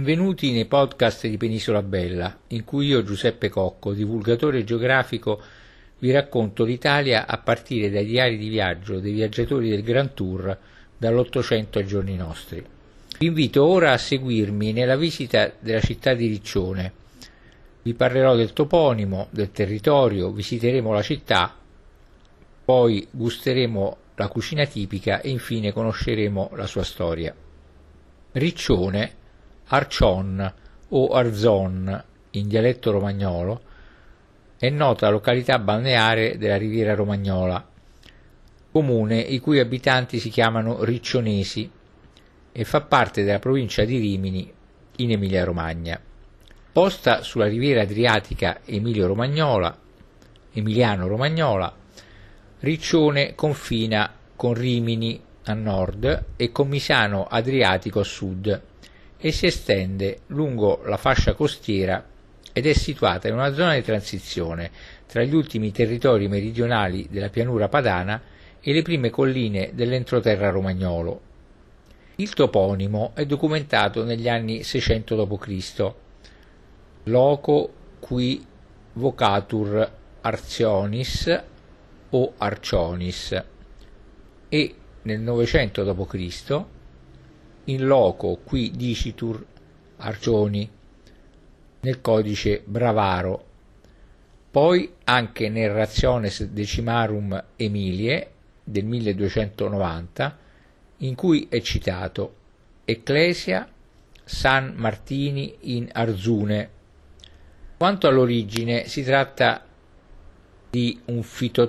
Benvenuti nei podcast di Penisola Bella, in cui io, Giuseppe Cocco, divulgatore geografico, vi racconto l'Italia a partire dai diari di viaggio dei viaggiatori del Grand Tour dall'Ottocento ai giorni nostri. Vi invito ora a seguirmi nella visita della città di Riccione. Vi parlerò del toponimo, del territorio, visiteremo la città, poi gusteremo la cucina tipica e infine conosceremo la sua storia. Riccione, Arcion o Arzon in dialetto romagnolo, è nota località balneare della riviera romagnola, comune i cui abitanti si chiamano riccionesi e fa parte della provincia di Rimini in Emilia-Romagna. Posta sulla riviera adriatica emiliano-romagnola, Riccione confina con Rimini a nord e con Misano Adriatico a sud e si estende lungo la fascia costiera ed è situata in una zona di transizione tra gli ultimi territori meridionali della pianura padana e le prime colline dell'entroterra romagnolo. Il toponimo è documentato negli anni 600 d.C. Loco qui vocatur Arcionis o Arcionis e nel 900 d.C. in loco qui dicitur Arcioni nel codice Bravaro, poi anche nel Rationes Decimarum Emilie del 1290 in cui è citato Ecclesia San Martini in Arzune. Quanto all'origine, si tratta di un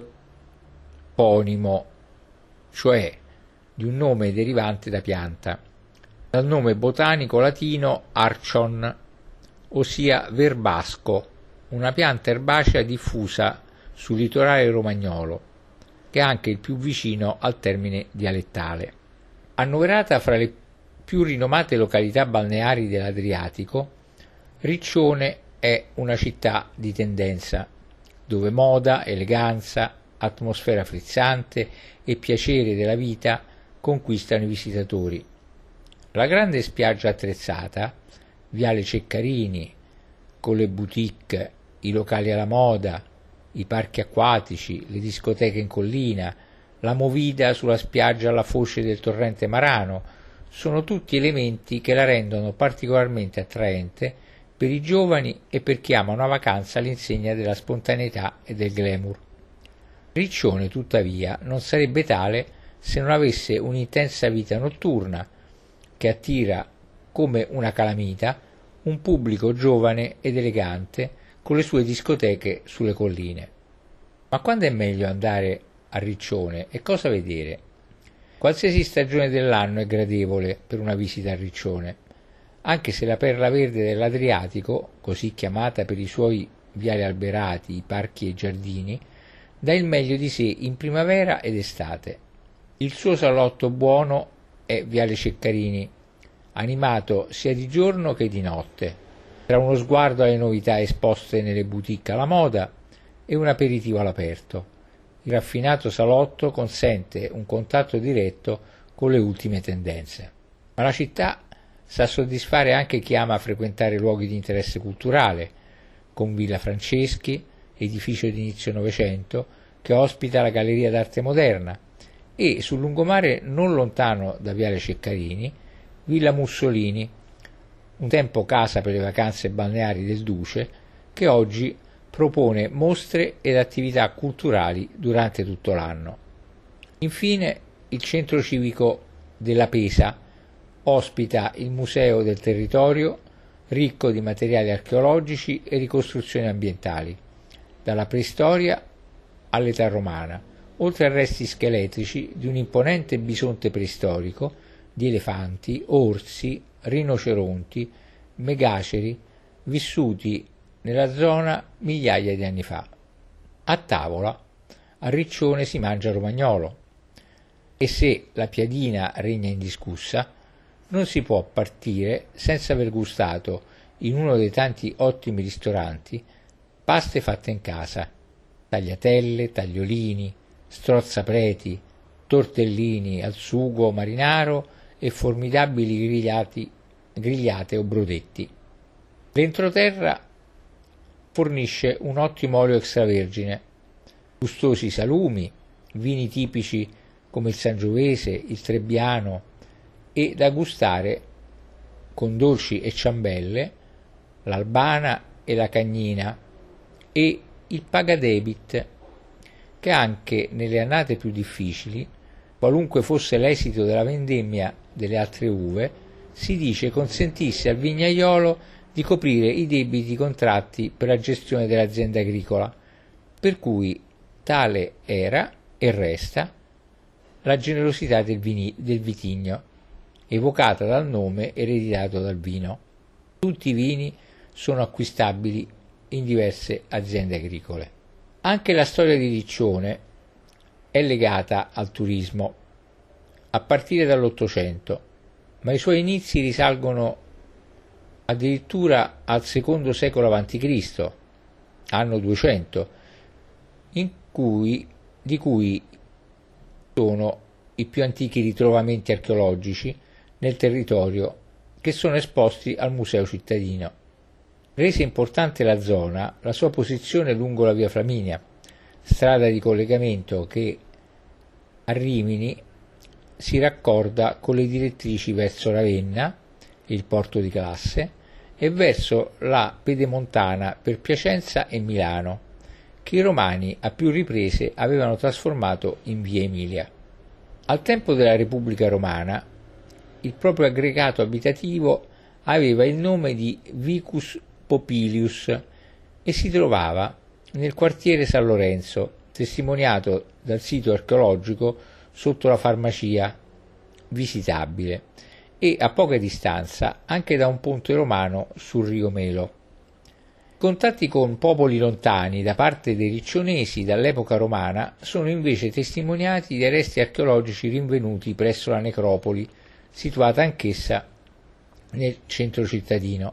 fitoponimo, cioè di un nome derivante da pianta, dal nome botanico latino Archon, ossia verbasco, una pianta erbacea diffusa sul litorale romagnolo, che è anche il più vicino al termine dialettale. Annoverata fra le più rinomate località balneari dell'Adriatico, Riccione è una città di tendenza, dove moda, eleganza, atmosfera frizzante e piacere della vita conquistano i visitatori. La grande spiaggia attrezzata, Viale Ceccarini, con le boutique, i locali alla moda, i parchi acquatici, le discoteche in collina, la movida sulla spiaggia alla foce del torrente Marano, sono tutti elementi che la rendono particolarmente attraente per i giovani e per chi ama una vacanza all'insegna della spontaneità e del glamour. Riccione, tuttavia, non sarebbe tale se non avesse un'intensa vita notturna che attira come una calamita un pubblico giovane ed elegante con le sue discoteche sulle colline. Ma quando è meglio andare a Riccione e cosa vedere? Qualsiasi stagione dell'anno è gradevole per una visita a Riccione, anche se la perla verde dell'Adriatico, così chiamata per i suoi viali alberati, i parchi e i giardini, dà il meglio di sé in primavera ed estate. Il suo salotto buono è Viale Ceccarini, animato sia di giorno che di notte, tra uno sguardo alle novità esposte nelle boutique alla moda e un aperitivo all'aperto. Il raffinato salotto consente un contatto diretto con le ultime tendenze. Ma la città sa soddisfare anche chi ama frequentare luoghi di interesse culturale, con Villa Franceschi, edificio di inizio Novecento, che ospita la Galleria d'Arte Moderna, e sul lungomare non lontano da Viale Ceccarini, Villa Mussolini, un tempo casa per le vacanze balneari del Duce, che oggi propone mostre ed attività culturali durante tutto l'anno. Infine, il centro civico della Pesa ospita il Museo del Territorio, ricco di materiali archeologici e ricostruzioni ambientali, dalla preistoria all'età romana, oltre a resti scheletrici di un imponente bisonte preistorico, di elefanti, orsi, rinoceronti, megaceri, vissuti nella zona migliaia di anni fa. A tavola, a Riccione si mangia romagnolo, e se la piadina regna indiscussa, non si può partire senza aver gustato in uno dei tanti ottimi ristoranti paste fatte in casa, tagliatelle, tagliolini, strozzapreti, tortellini al sugo marinaro e formidabili grigliati grigliate o brodetti. L'entroterra fornisce un ottimo olio extravergine, gustosi salumi, vini tipici come il sangiovese, il trebbiano e da gustare con dolci e ciambelle, l'albana e la cagnina e il pagadebit, che anche nelle annate più difficili, qualunque fosse l'esito della vendemmia delle altre uve, si dice consentisse al vignaiolo di coprire i debiti contratti per la gestione dell'azienda agricola, per cui tale era e resta la generosità del vitigno, evocata dal nome ereditato dal vino. Tutti i vini sono acquistabili in diverse aziende agricole. Anche la storia di Riccione è legata al turismo, a partire dall'Ottocento, ma i suoi inizi risalgono addirittura al secondo secolo a.C., anno 200, di cui sono i più antichi ritrovamenti archeologici nel territorio che sono esposti al Museo cittadino. Rese importante la zona la sua posizione lungo la via Flaminia, strada di collegamento che a Rimini si raccorda con le direttrici verso Ravenna, il porto di Classe, e verso la Pedemontana per Piacenza e Milano, che i romani a più riprese avevano trasformato in via Emilia. Al tempo della Repubblica Romana, il proprio aggregato abitativo aveva il nome di Vicus Popilius e si trovava nel quartiere San Lorenzo, testimoniato dal sito archeologico sotto la farmacia, visitabile, e a poca distanza anche da un ponte romano sul Rio Melo. Contatti con popoli lontani da parte dei riccionesi dall'epoca romana sono invece testimoniati dai resti archeologici rinvenuti presso la necropoli, situata anch'essa nel centro cittadino.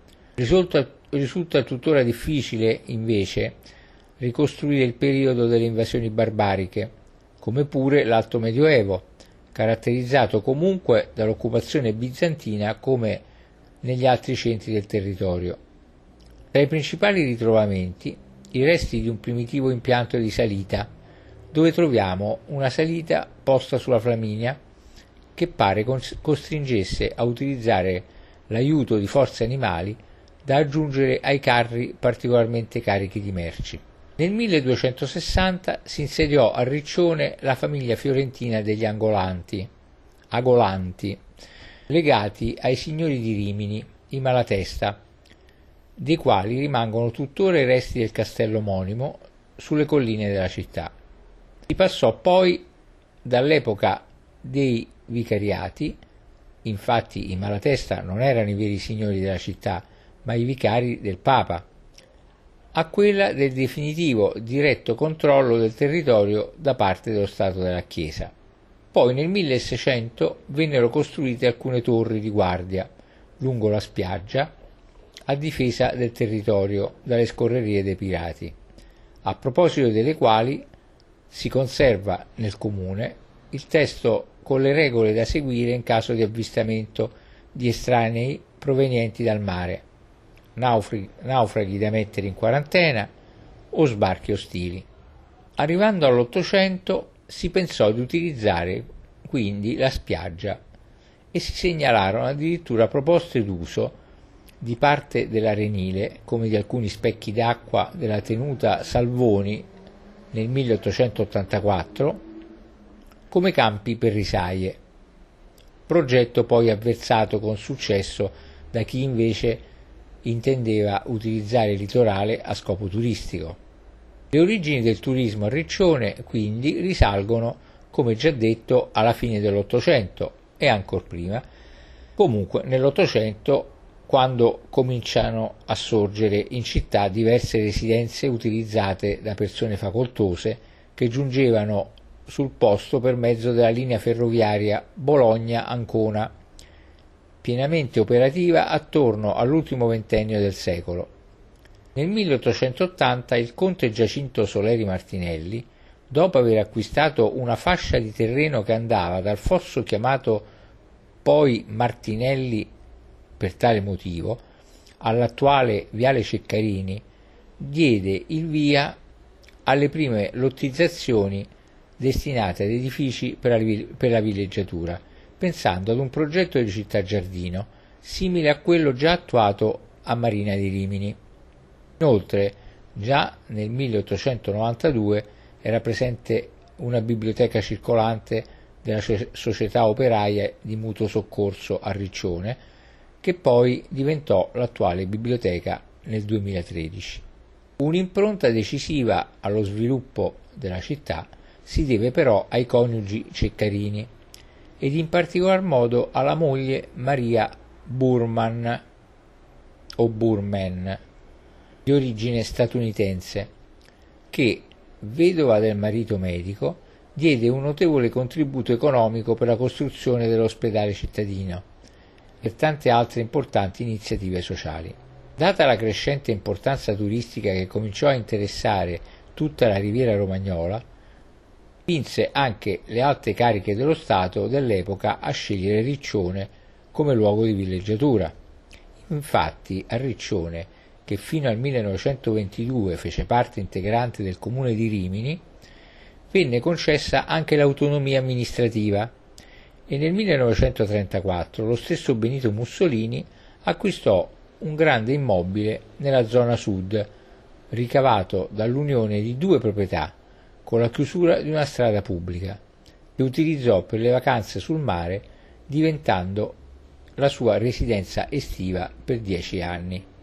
Risulta tuttora difficile, invece, ricostruire il periodo delle invasioni barbariche, come pure l'Alto Medioevo, caratterizzato comunque dall'occupazione bizantina come negli altri centri del territorio. Tra i principali ritrovamenti, i resti di un primitivo impianto di salita, dove troviamo una salita posta sulla Flaminia che pare costringesse a utilizzare l'aiuto di forze animali da aggiungere ai carri particolarmente carichi di merci. Nel 1260 si insediò a Riccione la famiglia fiorentina degli Agolanti, legati ai signori di Rimini, i Malatesta, dei quali rimangono tuttora i resti del castello omonimo sulle colline della città. Si passò poi dall'epoca dei vicariati, infatti i Malatesta non erano i veri signori della città, ma i vicari del Papa, a quella del definitivo diretto controllo del territorio da parte dello Stato della Chiesa. Poi nel 1600 vennero costruite alcune torri di guardia lungo la spiaggia a difesa del territorio dalle scorrerie dei pirati, a proposito delle quali si conserva nel comune il testo con le regole da seguire in caso di avvistamento di estranei provenienti dal mare, naufraghi da mettere in quarantena o sbarchi ostili. Arrivando all'Ottocento si pensò di utilizzare quindi la spiaggia e si segnalarono addirittura proposte d'uso di parte dell'arenile, come di alcuni specchi d'acqua della tenuta Salvoni nel 1884, come campi per risaie, progetto poi avversato con successo da chi invece intendeva utilizzare il litorale a scopo turistico. Le origini del turismo a Riccione quindi risalgono, come già detto, alla fine dell'Ottocento e ancor prima, comunque nell'Ottocento, quando cominciano a sorgere in città diverse residenze utilizzate da persone facoltose che giungevano sul posto per mezzo della linea ferroviaria Bologna-Ancona, pienamente operativa attorno all'ultimo ventennio del secolo. Nel 1880 il conte Giacinto Soleri Martinelli, dopo aver acquistato una fascia di terreno che andava dal fosso chiamato poi Martinelli per tale motivo, all'attuale Viale Ceccarini, diede il via alle prime lottizzazioni destinate ad edifici per la villeggiatura, pensando ad un progetto di città giardino simile a quello già attuato a Marina di Rimini. Inoltre, già nel 1892 era presente una biblioteca circolante della Società Operaia di Mutuo Soccorso a Riccione, che poi diventò l'attuale biblioteca nel 2013. Un'impronta decisiva allo sviluppo della città si deve però ai coniugi Ceccarini ed in particolar modo alla moglie Maria Burman o Burman, di origine statunitense, che, vedova del marito medico, diede un notevole contributo economico per la costruzione dell'ospedale cittadino e per tante altre importanti iniziative sociali. Data la crescente importanza turistica che cominciò a interessare tutta la riviera romagnola, spinse anche le alte cariche dello Stato dell'epoca a scegliere Riccione come luogo di villeggiatura. Infatti a Riccione, che fino al 1922 fece parte integrante del comune di Rimini, venne concessa anche l'autonomia amministrativa e nel 1934 lo stesso Benito Mussolini acquistò un grande immobile nella zona sud, ricavato dall'unione di due proprietà, con la chiusura di una strada pubblica, che utilizzò per le vacanze sul mare, diventando la sua residenza estiva per 10 anni.